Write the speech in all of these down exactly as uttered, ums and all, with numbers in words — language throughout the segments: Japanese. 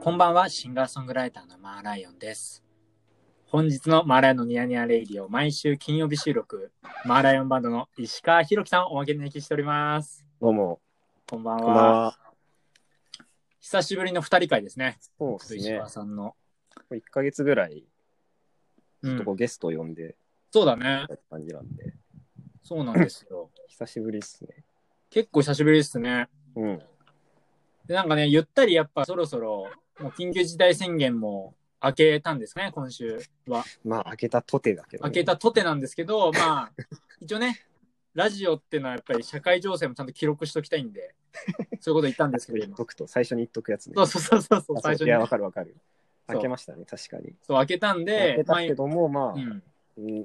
こんばんは、シンガーソングライターのマーライオンです。本日のマーライオンのニヤニヤレイディオ、毎週金曜日収録、マーライオンバンドの石川博樹さんをおまけにお聞きしております。 どうも。 こんばんは。 こんばんは。 久しぶりの二人会ですね。 そうですね。 石川さんの。 いっかげつぐらい、ずっとこうゲストを呼んで、うん、 そうだね。 感じなんで。 そうなんですよ。 久しぶりっすね。 結構久しぶりですね。 うん。 で、なんかね、ゆったりやっぱそろそろ、もう緊急事態宣言も明けたんですね、今週は。 まあ、明けたとてだけど、ね。 明けたとてなんですけど、まあ、一応ね、ラジオっていうのはやっぱり社会情勢もちゃんと記録しときたいんで、そういうこと言ったんですけど、 言っとくと、最初に言っとくやつね。 そうそうそうそう、最初に、ね。 いや、わかるわかる。明けましたね、確かに。 そう、明けたんで、 明けたけども、まあ、 うん、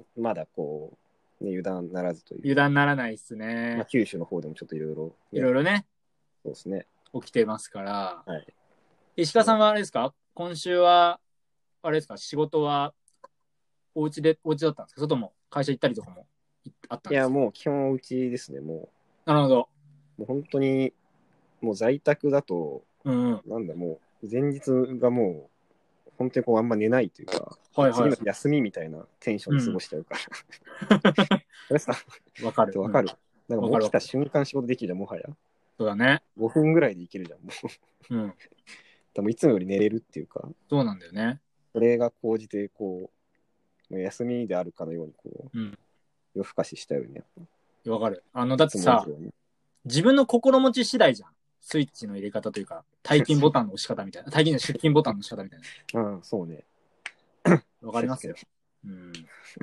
まだこう、ね、油断ならずという。 油断ならないっすね。 まあ、九州の方でもちょっといろいろ。 いろいろね。 そうですね。 起きてますから。 はい。 石川さんはあれですか？今週は、あれですか？仕事は、お家で、お家だったんですか？それとも会社行ったりとかもあったんですか？ いや、もう基本お家ですね、もう。なるほど。 もう本当に、もう在宅だと、 うん、うん、 なんだ、もう、前日がもう、本当にこうあんま寝ないというか、 はいはい、 次の日休みみたいなテンションで過ごしちゃうから。それさ、 わかる。 わかる。なんかもう起きた瞬間仕事できるじゃん、もはや。そうだね。 ごふんぐらいでいけるじゃん、もう。うん。 多分いつもより寝れるっていうか。 そうなんだよね。 それが高じて、こう、休みであるかのように、こう、うん、夜更かししたよね。 わかる。あの、だってさ、自分の心持ち次第じゃん。スイッチの入れ方というか、退勤ボタンの押し方みたいな。退勤の出勤ボタンの押し方みたいな。 うん、そうね。 わかりますよ。うん。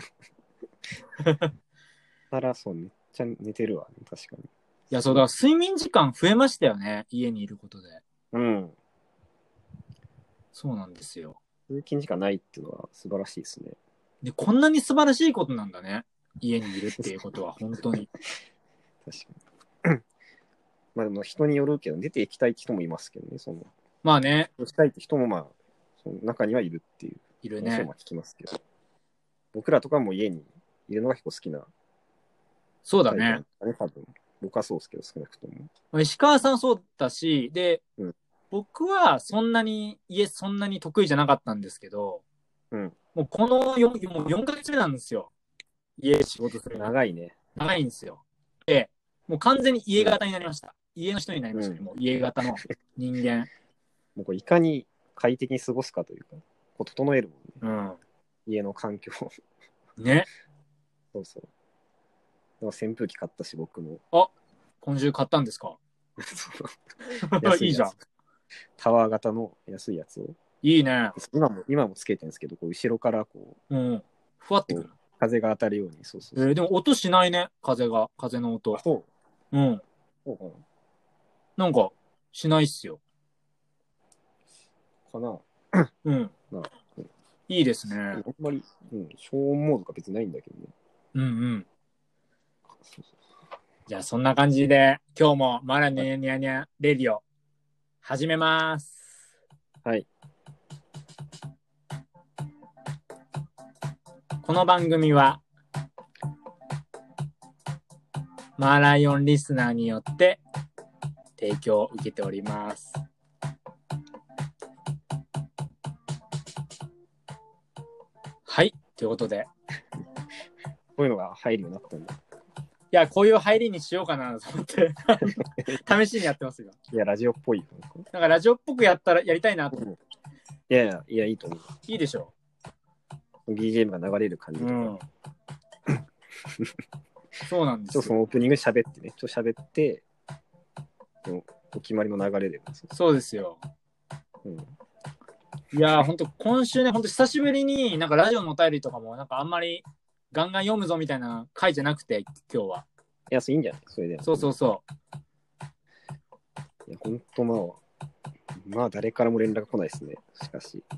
たらそう、めっちゃ寝てるわ、ね、確かに。いや、そうだ、睡眠時間増えましたよね。家にいることで。 うん。 そうなんですよ。 通勤時間ないっていうのは素晴らしいですね。 で、こんなに素晴らしいことなんだね。家にいるっていうことは、本当に。 確かに。まあでも人によるけど、出ていきたい人もいますけどね、その。 まあね。 したいって人もまあ、その中にはいるっていう。 いるね。 話も聞きますけど。僕らとかも家にいるのが結構好きな。 そうだね。 ね、多分。僕はそうですけど、少なくとも。石川さんそうだし、で、 うん、 僕はそんなに、家そんなに得意じゃなかったんですけど、 うん、 もうこの 4, もうよんかげつめなんですよ。家仕事する。 長いね。 長いんですよ。で、もう完全に家型になりました。うん、家の人になりましたね。うん、もう家型の人間。 もうこういかに快適に過ごすかというか、こう整えるもんね。うん、家の環境ね。 そうそう。でも扇風機買ったし、僕も。 あ、今週買ったんですか？いいじゃん。 タワー型の安いやつを。 いいね。 今も、今もつけてるんですけど、こう後ろからこう、 うん、ふわってくる。 風が当たるように、そうそうそう。 えー、でも音しないね、風が、風の音。 そう。 うん。 そうかな。なんか、しないっすよ。 かな。 うん。まあ、うん、いいですね。あんまり、うん、消音モードが別にないんだけどね。 うんうん。じゃあ、そんな感じで、今日もマラニャニャニャレディオ、始めます。 はい。 この番組は、マーライオンリスナーによって提供を受けております。はい、ということで。 こういうのが入るようになったんだ。 いや、こういう入りにしようかなと思って、試しにやってますよ。 いや、ラジオっぽいよ。 なんかラジオっぽくやったら、やりたいなと思って。 いやいや、いや、いいと思う。 いいでしょう。ビージーエム が流れる感じとか。うん、 そうなんですよ。 そのオープニング喋ってね、ちょっと喋って、お決まりの流れで。 そうですよ。うん、いやー、ほんと、今週ね、ほんと久しぶりに、なんかラジオのお便りとかも、なんかあんまりガンガン読むぞみたいな回じゃなくて、今日は。 いや、そういいんじゃないそれで。 そうそうそう。 いや、ほんとまあ、まあ誰からも連絡来ないですね、しかし。い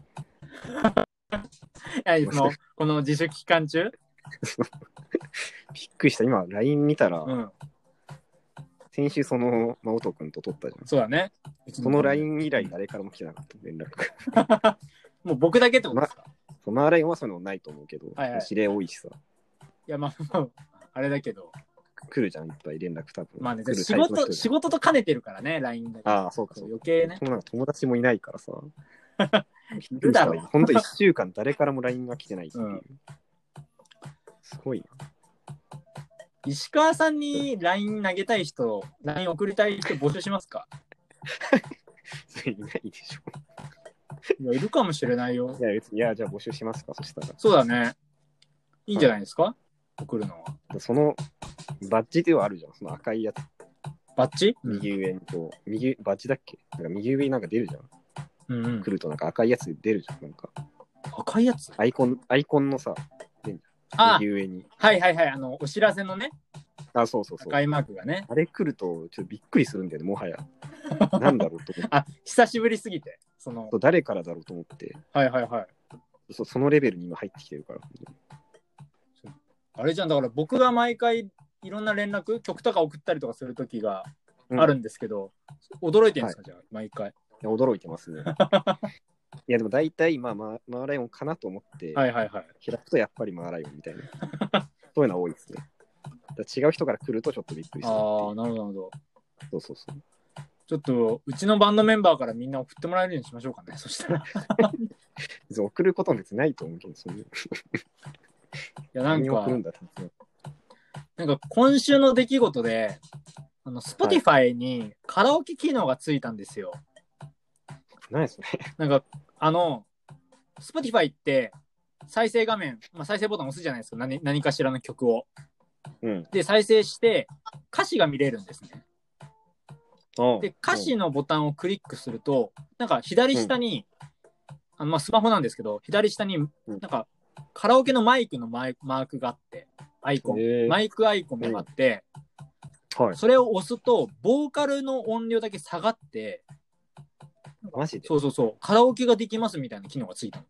や、その、この自粛期間中びっくりした。今、ライン 見たら、 うん、 先週その、真音くんと撮ったじゃん。 そうだね。 その ライン 以来誰からも来てなかった、連絡。 もう僕だけってことですか？ ま、マーライオンはそういうのないと思うけど、 はいはい、 指令多いしさ。 いや、まあ、まあ、あれだけど。 来るじゃん、いっぱい連絡多分。 まあね、仕事、仕事と兼ねてるからね、ライン だけ。 ああ、そうか。 余計ね。 友達もいないからさ。 いるだろう。 ほんといっしゅうかん誰からも ライン が来てないっていう。 うんすごいな。 石川さんに ライン 投げたい人、ライン 送りたい人募集しますか？ それいないでしょ。 いや、いるかもしれないよい。や、別に、いや、じゃあ募集しますか、そしたら。 そうだね。いいんじゃないですか、送るのは。 その、バッジではあるじゃん、その赤いやつ。 バッチ？ 右上にこう、右、バッジだっけなんか右上になんか出るじゃん。 うんうん。 来るとなんか赤いやつ出るじゃん。なんか、 赤いやつ？ アイコン、アイコンのさ、出るじゃん。 ああ、 右上に。 はいはいはい。あの、お知らせのね、 あ、そうそうそう。 赤いマークがね。 あれ来ると、ちょっとびっくりするんだよね、もはや。なんだろうと思って。 あ、久しぶりすぎて。その、 誰からだろうと思って。 はいはいはい。 そ, そのレベルに今入ってきてるから。 あれじゃん、だから僕が毎回いろんな連絡、曲とか送ったりとかするときがあるんですけど、うん、驚いてるんですか、はい、じゃあ、毎回。 いや驚いてますね。いや、でも大体、まあ、マーライオンかなと思って、 はいはいはい。 開くとやっぱりマーライオンみたいな。そういうのは多いですね。だ違う人から来るとちょっとびっくりする。 ああ、なるほどなるほど。 そうそうそう。 ちょっと、うちのバンドメンバーからみんな送ってもらえるようにしましょうかね、そしたら。 送ること別にないと思うけど、そういう。いや、なんか、 送るんだなんか今週の出来事で、あの、Spotify にカラオケ機能がついたんですよ。 何それ？ なんか、あの、Spotify って、再生画面、まあ、再生ボタン押すじゃないですか、何、何かしらの曲を。 うん、 で、再生して、歌詞が見れるんですね。で、歌詞のボタンをクリックすると、なんか左下に、うん、あのまあ、スマホなんですけど、左下に、なんか、カラオケのマイクのマークがあって、アイコン、えー、マイクアイコンがあって、うんはい、それを押すと、ボーカルの音量だけ下がって、 マジで？ そうそうそう、カラオケができますみたいな機能がついたの。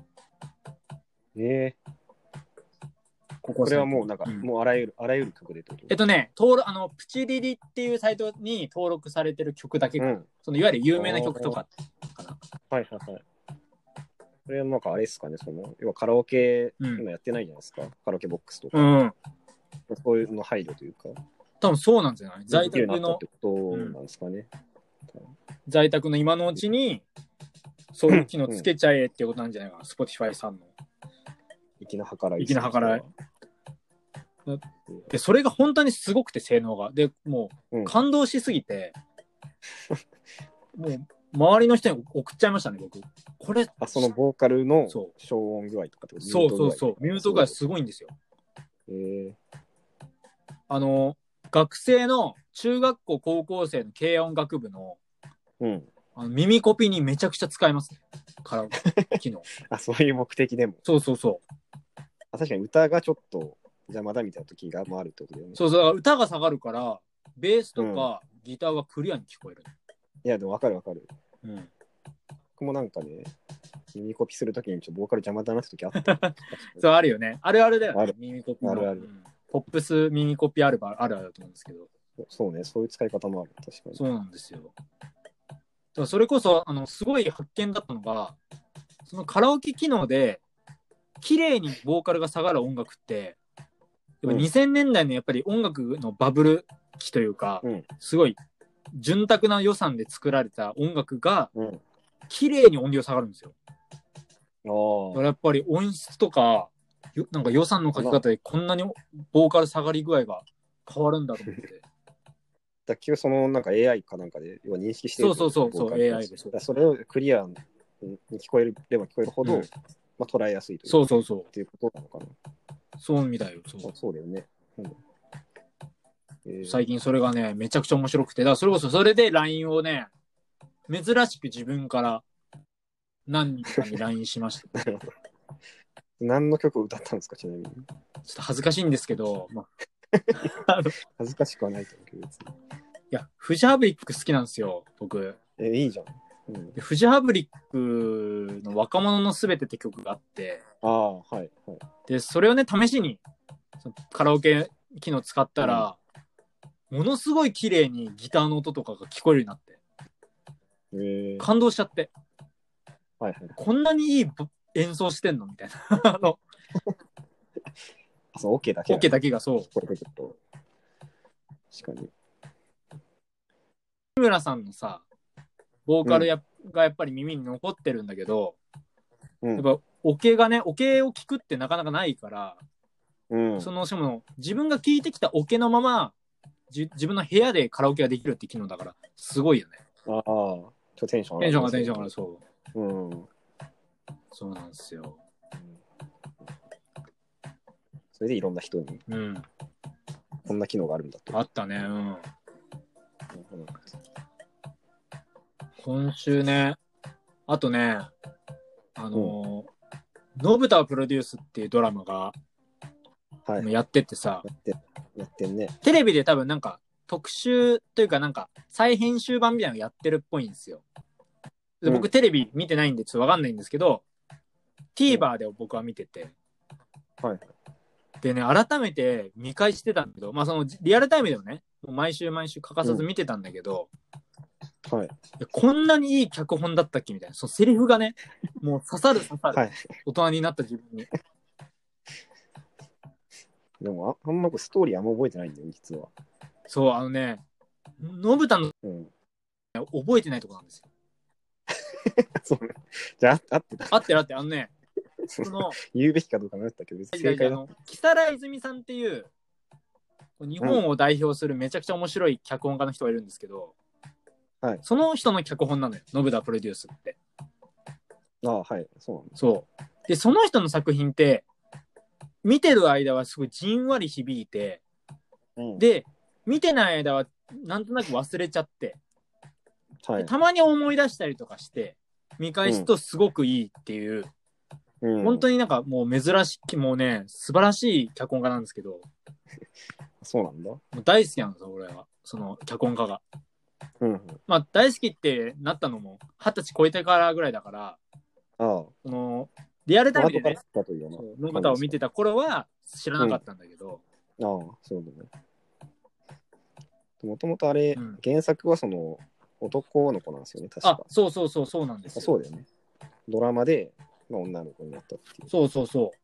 えーここれはもうなんか、うん、もうあらゆるあらゆる曲でってこと？ えっとね、登録あのプチリリっていうサイトに登録されてる曲だけか、うん、そのいわゆる有名な曲とかかな。 はいはいはい。これはなんかあれですかね、その要はカラオケ、うん、今やってないじゃないですか、カラオケボックスとか。うん、そういうの配慮というか。 多分そうなんじゃない？在宅のってことなんですかね。 うん、在宅の今のうちにそういう機能つけちゃえっていうことなんじゃないかな、Spotify さんの。 粋な計らい。 粋な計らい。で、それが本当にすごくて、性能が。で、もう、感動しすぎて、うん、もう、周りの人に送っちゃいましたね、僕。これ。 あ、そのボーカルの消音具合とかってこと？ そうそうそう。ミュート具合すごいんですよ。 へえ。 あの、学生の中学校、高校生の軽音楽部の、うん、あの耳コピにめちゃくちゃ使えますね。カラオケ機能。 あ、そういう目的でも。 そうそうそう。 あ、確かに歌がちょっと邪魔だみたいな時がもあるってことだよね。 そうそう、歌が下がるから、ベースとかギターがクリアに聞こえる。 うん、いや、でも分かる分かる。うん。僕もなんかね、耳コピするときにちょっとボーカル邪魔だなって時あった。 そう、あるよね。あるあるだよね。 ある耳コピの。 あるある、うん。 ポップス耳コピあるあるあるだと思うんですけど。 そうね、そういう使い方もある。確かに。 そうなんですよ。だからそれこそ、あの、すごい発見だったのが、そのカラオケ機能で、綺麗にボーカルが下がる音楽って、やっぱにせんねんだいのやっぱり音楽のバブル期というか、うん、すごい潤沢な予算で作られた音楽が、綺麗に音量下がるんですよ。うん、だからやっぱり音質とか、なんか予算の書き方でこんなにボーカル下がり具合が変わるんだと思って。 だ結局そのなんか エーアイ かなんかで要は認識してる。 そうそうそうそう、エーアイ でそう。 だそれをクリアに聞こえれば聞こえるほど、うん、まあ、捉えやすいという。 そうそうそう。 っていうことなのかな。 そうみたいよ。そう。 そうだよね。うんえー、最近それがね、めちゃくちゃ面白くて、だからそれこそそれで ライン をね、珍しく自分から何人かに ライン しました。 何の曲を歌ったんですか、ちなみに。ちょっと恥ずかしいんですけど、まあ、恥ずかしくはないと思うけど、別に。 いや、フジハブリック好きなんですよ、僕。 え、いいじゃん。うん、 でフジハブリックの若者のすべてって曲があって、 ああ、はい、はい。 で、それをね、試しにカラオケ機能使ったら、うん、ものすごい綺麗にギターの音とかが聞こえるようになって、 えー、 感動しちゃって、 はいはい、 こんなにいい演奏してんのみたいな。あのそう、OK だけ。 OK だけがそう。 これちょっと確かに。 日村さんのさ、ボーカルや、 がやっぱり耳に残ってるんだけど、 うん、 やっぱオケがね、オケを聞くってなかなかないから、 うん、 そのしかも自分が聞いてきたオケのままじ自分の部屋でカラオケができるって機能だからすごいよね。 ああ、ちょっとテンション上がる、 テンションがテンションがそう。 うん。 そうなんですよ。 それでいろんな人に、 うん。 こんな機能があるんだと。 あったね、うん。今週ね、あとね、あのー、のぶたをプロデュースっていうドラマが、はい、やっててさ、 やって、やってんね。 テレビで多分なんか特集というかなんか再編集版みたいなのやってるっぽいんですよ。で僕、うん、テレビ見てないんでちょっとわかんないんですけど、TVer で僕は見てて、 うん、はい。 でね、改めて見返してたんだけど、まあそのリアルタイムでもね、もう毎週毎週欠かさず見てたんだけど、 うん、はい。 こんなにいい脚本だったっけみたいな、そのセリフがね、もう刺さる刺さる、はい、大人になった自分に。 でも あ, あんまストーリーあんま覚えてないんだよ、実は。 そう、あのね、のぶたの、うん、覚えてないとこなんですよ。 そうね。じゃあ、合ってた。 合ってる合ってる、あのね、 その言うべきかどうか迷ったけど、別に正解だった。 木更津泉さんっていう、日本を代表するめちゃくちゃ面白い脚本家の人がいるんですけど、はい、その人の脚本なのよ、のぶたプロデュースって。 ああ、はい、そうなんだ。 そう。で、その人の作品って、見てる間はすごいじんわり響いて、うん、で、見てない間はなんとなく忘れちゃって、はい、たまに思い出したりとかして、見返すとすごくいいっていう、うん、本当になんかもう珍しい、もうね、素晴らしい脚本家なんですけど、 そうなんだ。 もう大好きなんですよ、俺は。その脚本家が。 うん、 まあ、大好きってなったのも、二十歳超えてからぐらいだから、 ああ、 その、リアルタイムでね、 のぶたを見てた頃は知らなかったんだけど。 うん、ああ、そうだね。もともとあれ、うん、原作はその、男の子なんですよね、確か。 あ、そうそうそう、そうなんですよ。 そうだよね。ドラマで、まあ、女の子になったっていう。 そうそうそう。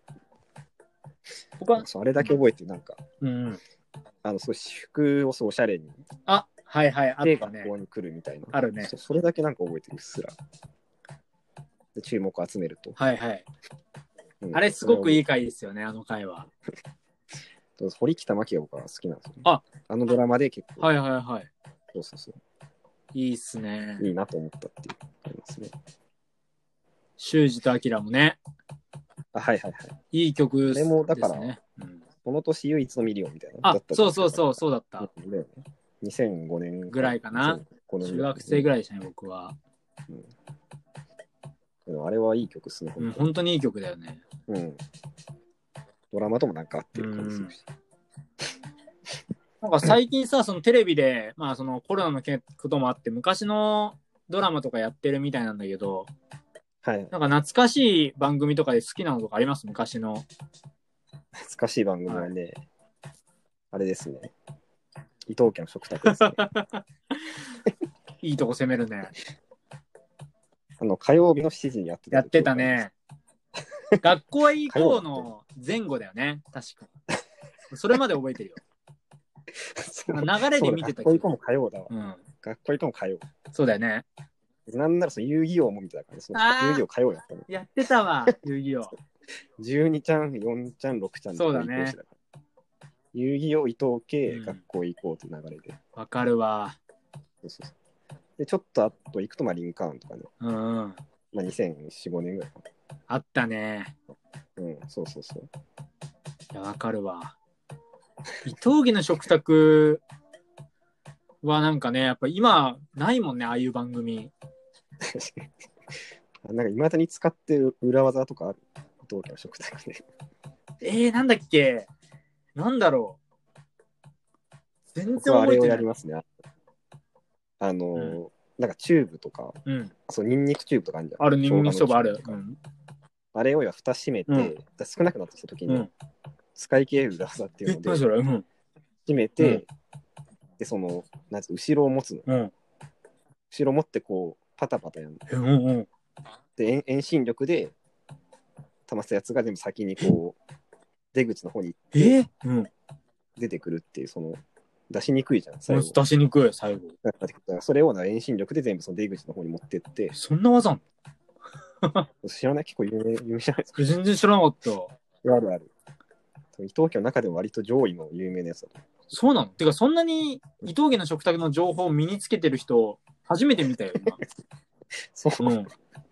僕はあれだけ覚えて、なんか、 うん、 あの、そう私服をそうおしゃれに。 あ、はいはい、あったね。 学校に来るみたいな。 あるね。 それだけなんか覚えてる、うっすら。で、注目を集めると。 はいはい。うん、あれ、すごくいい回ですよね、あの回は。 堀北真希が僕は好きなんですよ、ね。 あ、 あのドラマで結構。 はいはいはい。 そうそうそう。 いいっすね。 いいなと思ったっていうありますね。 修二と明もね。 あ、はいはいはい。 いい曲ですね。 でもだから、うん、この年唯一のミリオンみたいな。 あ、そうそうそう、そうだった。 にせんごねんぐらいかな。中学生ぐらいでしたね、僕は。 うん、でもあれはいい曲っすね。 うん、本当にいい曲だよね。 うん。ドラマともなんか合ってる感じするし。 なんか最近さ、そのテレビで、まあそのコロナのこともあって、昔のドラマとかやってるみたいなんだけど、 はい。 なんか懐かしい番組とかで好きなのとかあります？昔の。 懐かしい番組はね、はい、あれですね。伊藤家の食卓ですね。 いいとこ攻めるね。 あの、火曜日のしちじにやってた。 やってたね。学校へ行こうの前後だよね、確か。それまで覚えてるよ。流れで見てたけど。 学校行こうも火曜だわ。うん、学校行こうも火曜。 そうだよね。 なんならその遊戯王も見てたから、その遊戯王火曜やったの。 やってたわ、遊戯王。 じゅうにちゃん、よんちゃん、ろくちゃんそうだね。 遊戯王伊藤家、学校行こうって流れで。 わ、うん、かるわ。 そうそうそう。で、ちょっとあと行くと、まあ、リンカーンとかね。 うん、うん。 まあ、にせんよん、ごねんぐらいかな。 あったね。 うん、そうそうそう。 いや、わかるわ。伊藤家の食卓はなんかね、やっぱ今ないもんね、ああいう番組。 なんか、いまだに使ってる裏技とかある？伊藤家の食卓ね。 えー、なんだっけ？なんだろう。全然覚えてない。僕はあれをやりますね。あのー、うん、なんかチューブとか、 うん、 そう、ニンニクチューブとかあるじゃん。 ある、ニンニクチューブある。うん、 あれをや蓋閉めて、うん、少なくなってきたときに、うん、使い切れる裏技っていうので、 それ、うん、 閉めて、うん、で、その、なんつう、後ろを持つの。うん、後ろ持ってこう、パタパタやるの。 うんうん、 で、遠心力で、溜まったやつが全部先にこう、出口の方に行って、 うん、 出てくるっていう、その、 出しにくいじゃん、最後。 出しにくい、最後。 だからそれを遠心力で全部その出口の方に持ってって。 そんな技あんの知らない？結構有名、有名じゃないですか。 全然知らなかった。 あるある。伊藤家の中でも割と上位の有名なやつだと。 そうなの？てか、そんなに伊藤家の食卓の情報を身につけてる人、初めて見たよ、今。 そう。うん。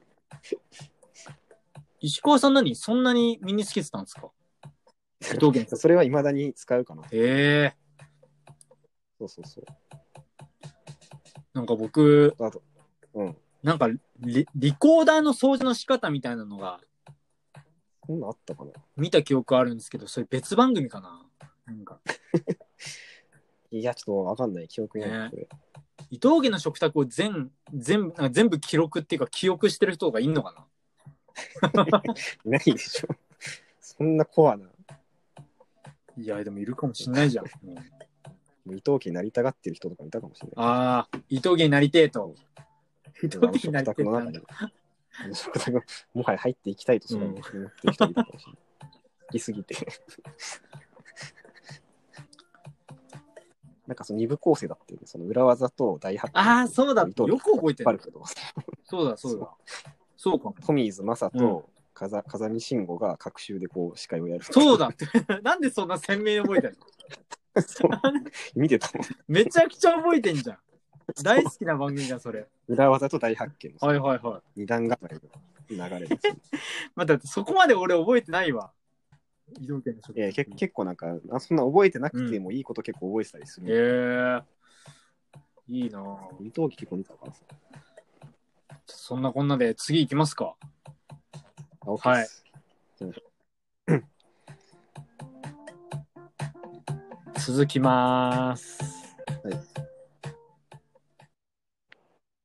石川さん何そんなに身につけてたんですか？伊藤家それは未だに使うかな。 へえ。 そうそうそう。 なんか僕、 あと、うん。 なんかリ、リコーダーの掃除の仕方みたいなのが、 そんなあったかな？ 見た記憶あるんですけど、それ別番組かな？なんか。 いや、ちょっとわかんない。記憶にない、 ね。伊藤家の食卓を全全部全部記録っていうか記憶してる人がいんのかな？ いないでしょ。そんなコアな。 いや、でもいるかもしんないじゃん。もう伊藤家になりたがってる人とかいたかもしれない。 ああ、伊藤家になりてえと。伊藤家になりてえと。 食卓のもはや入っていきたいとその思ってる人いたかもしれない。好きすぎて。なんかその二部構成だっていう、ね、その裏技と大発見。 ああ、そうだ。よく覚えてる。そうだ、そうだ。そうかも。 トミーズ正と風見慎吾が隔週でこう司会をやる。 そうだ。なんでそんな鮮明に覚えてるの？ そう見てたもん。 めちゃくちゃ覚えてんじゃん。大好きな番組だ、それ。 裏技と大発見。 はいはいはい。 二段構えの流れです、ね。 また、そこまで俺覚えてないわ。移動圏のいやけ結構なんかあそんな覚えてなくてもいいこと結構覚えてたりする。 へ、うん、えー、いいなぁ。 伊藤家結構見たからさ。 そんなこんなで次行きますか。はい。続きまーす。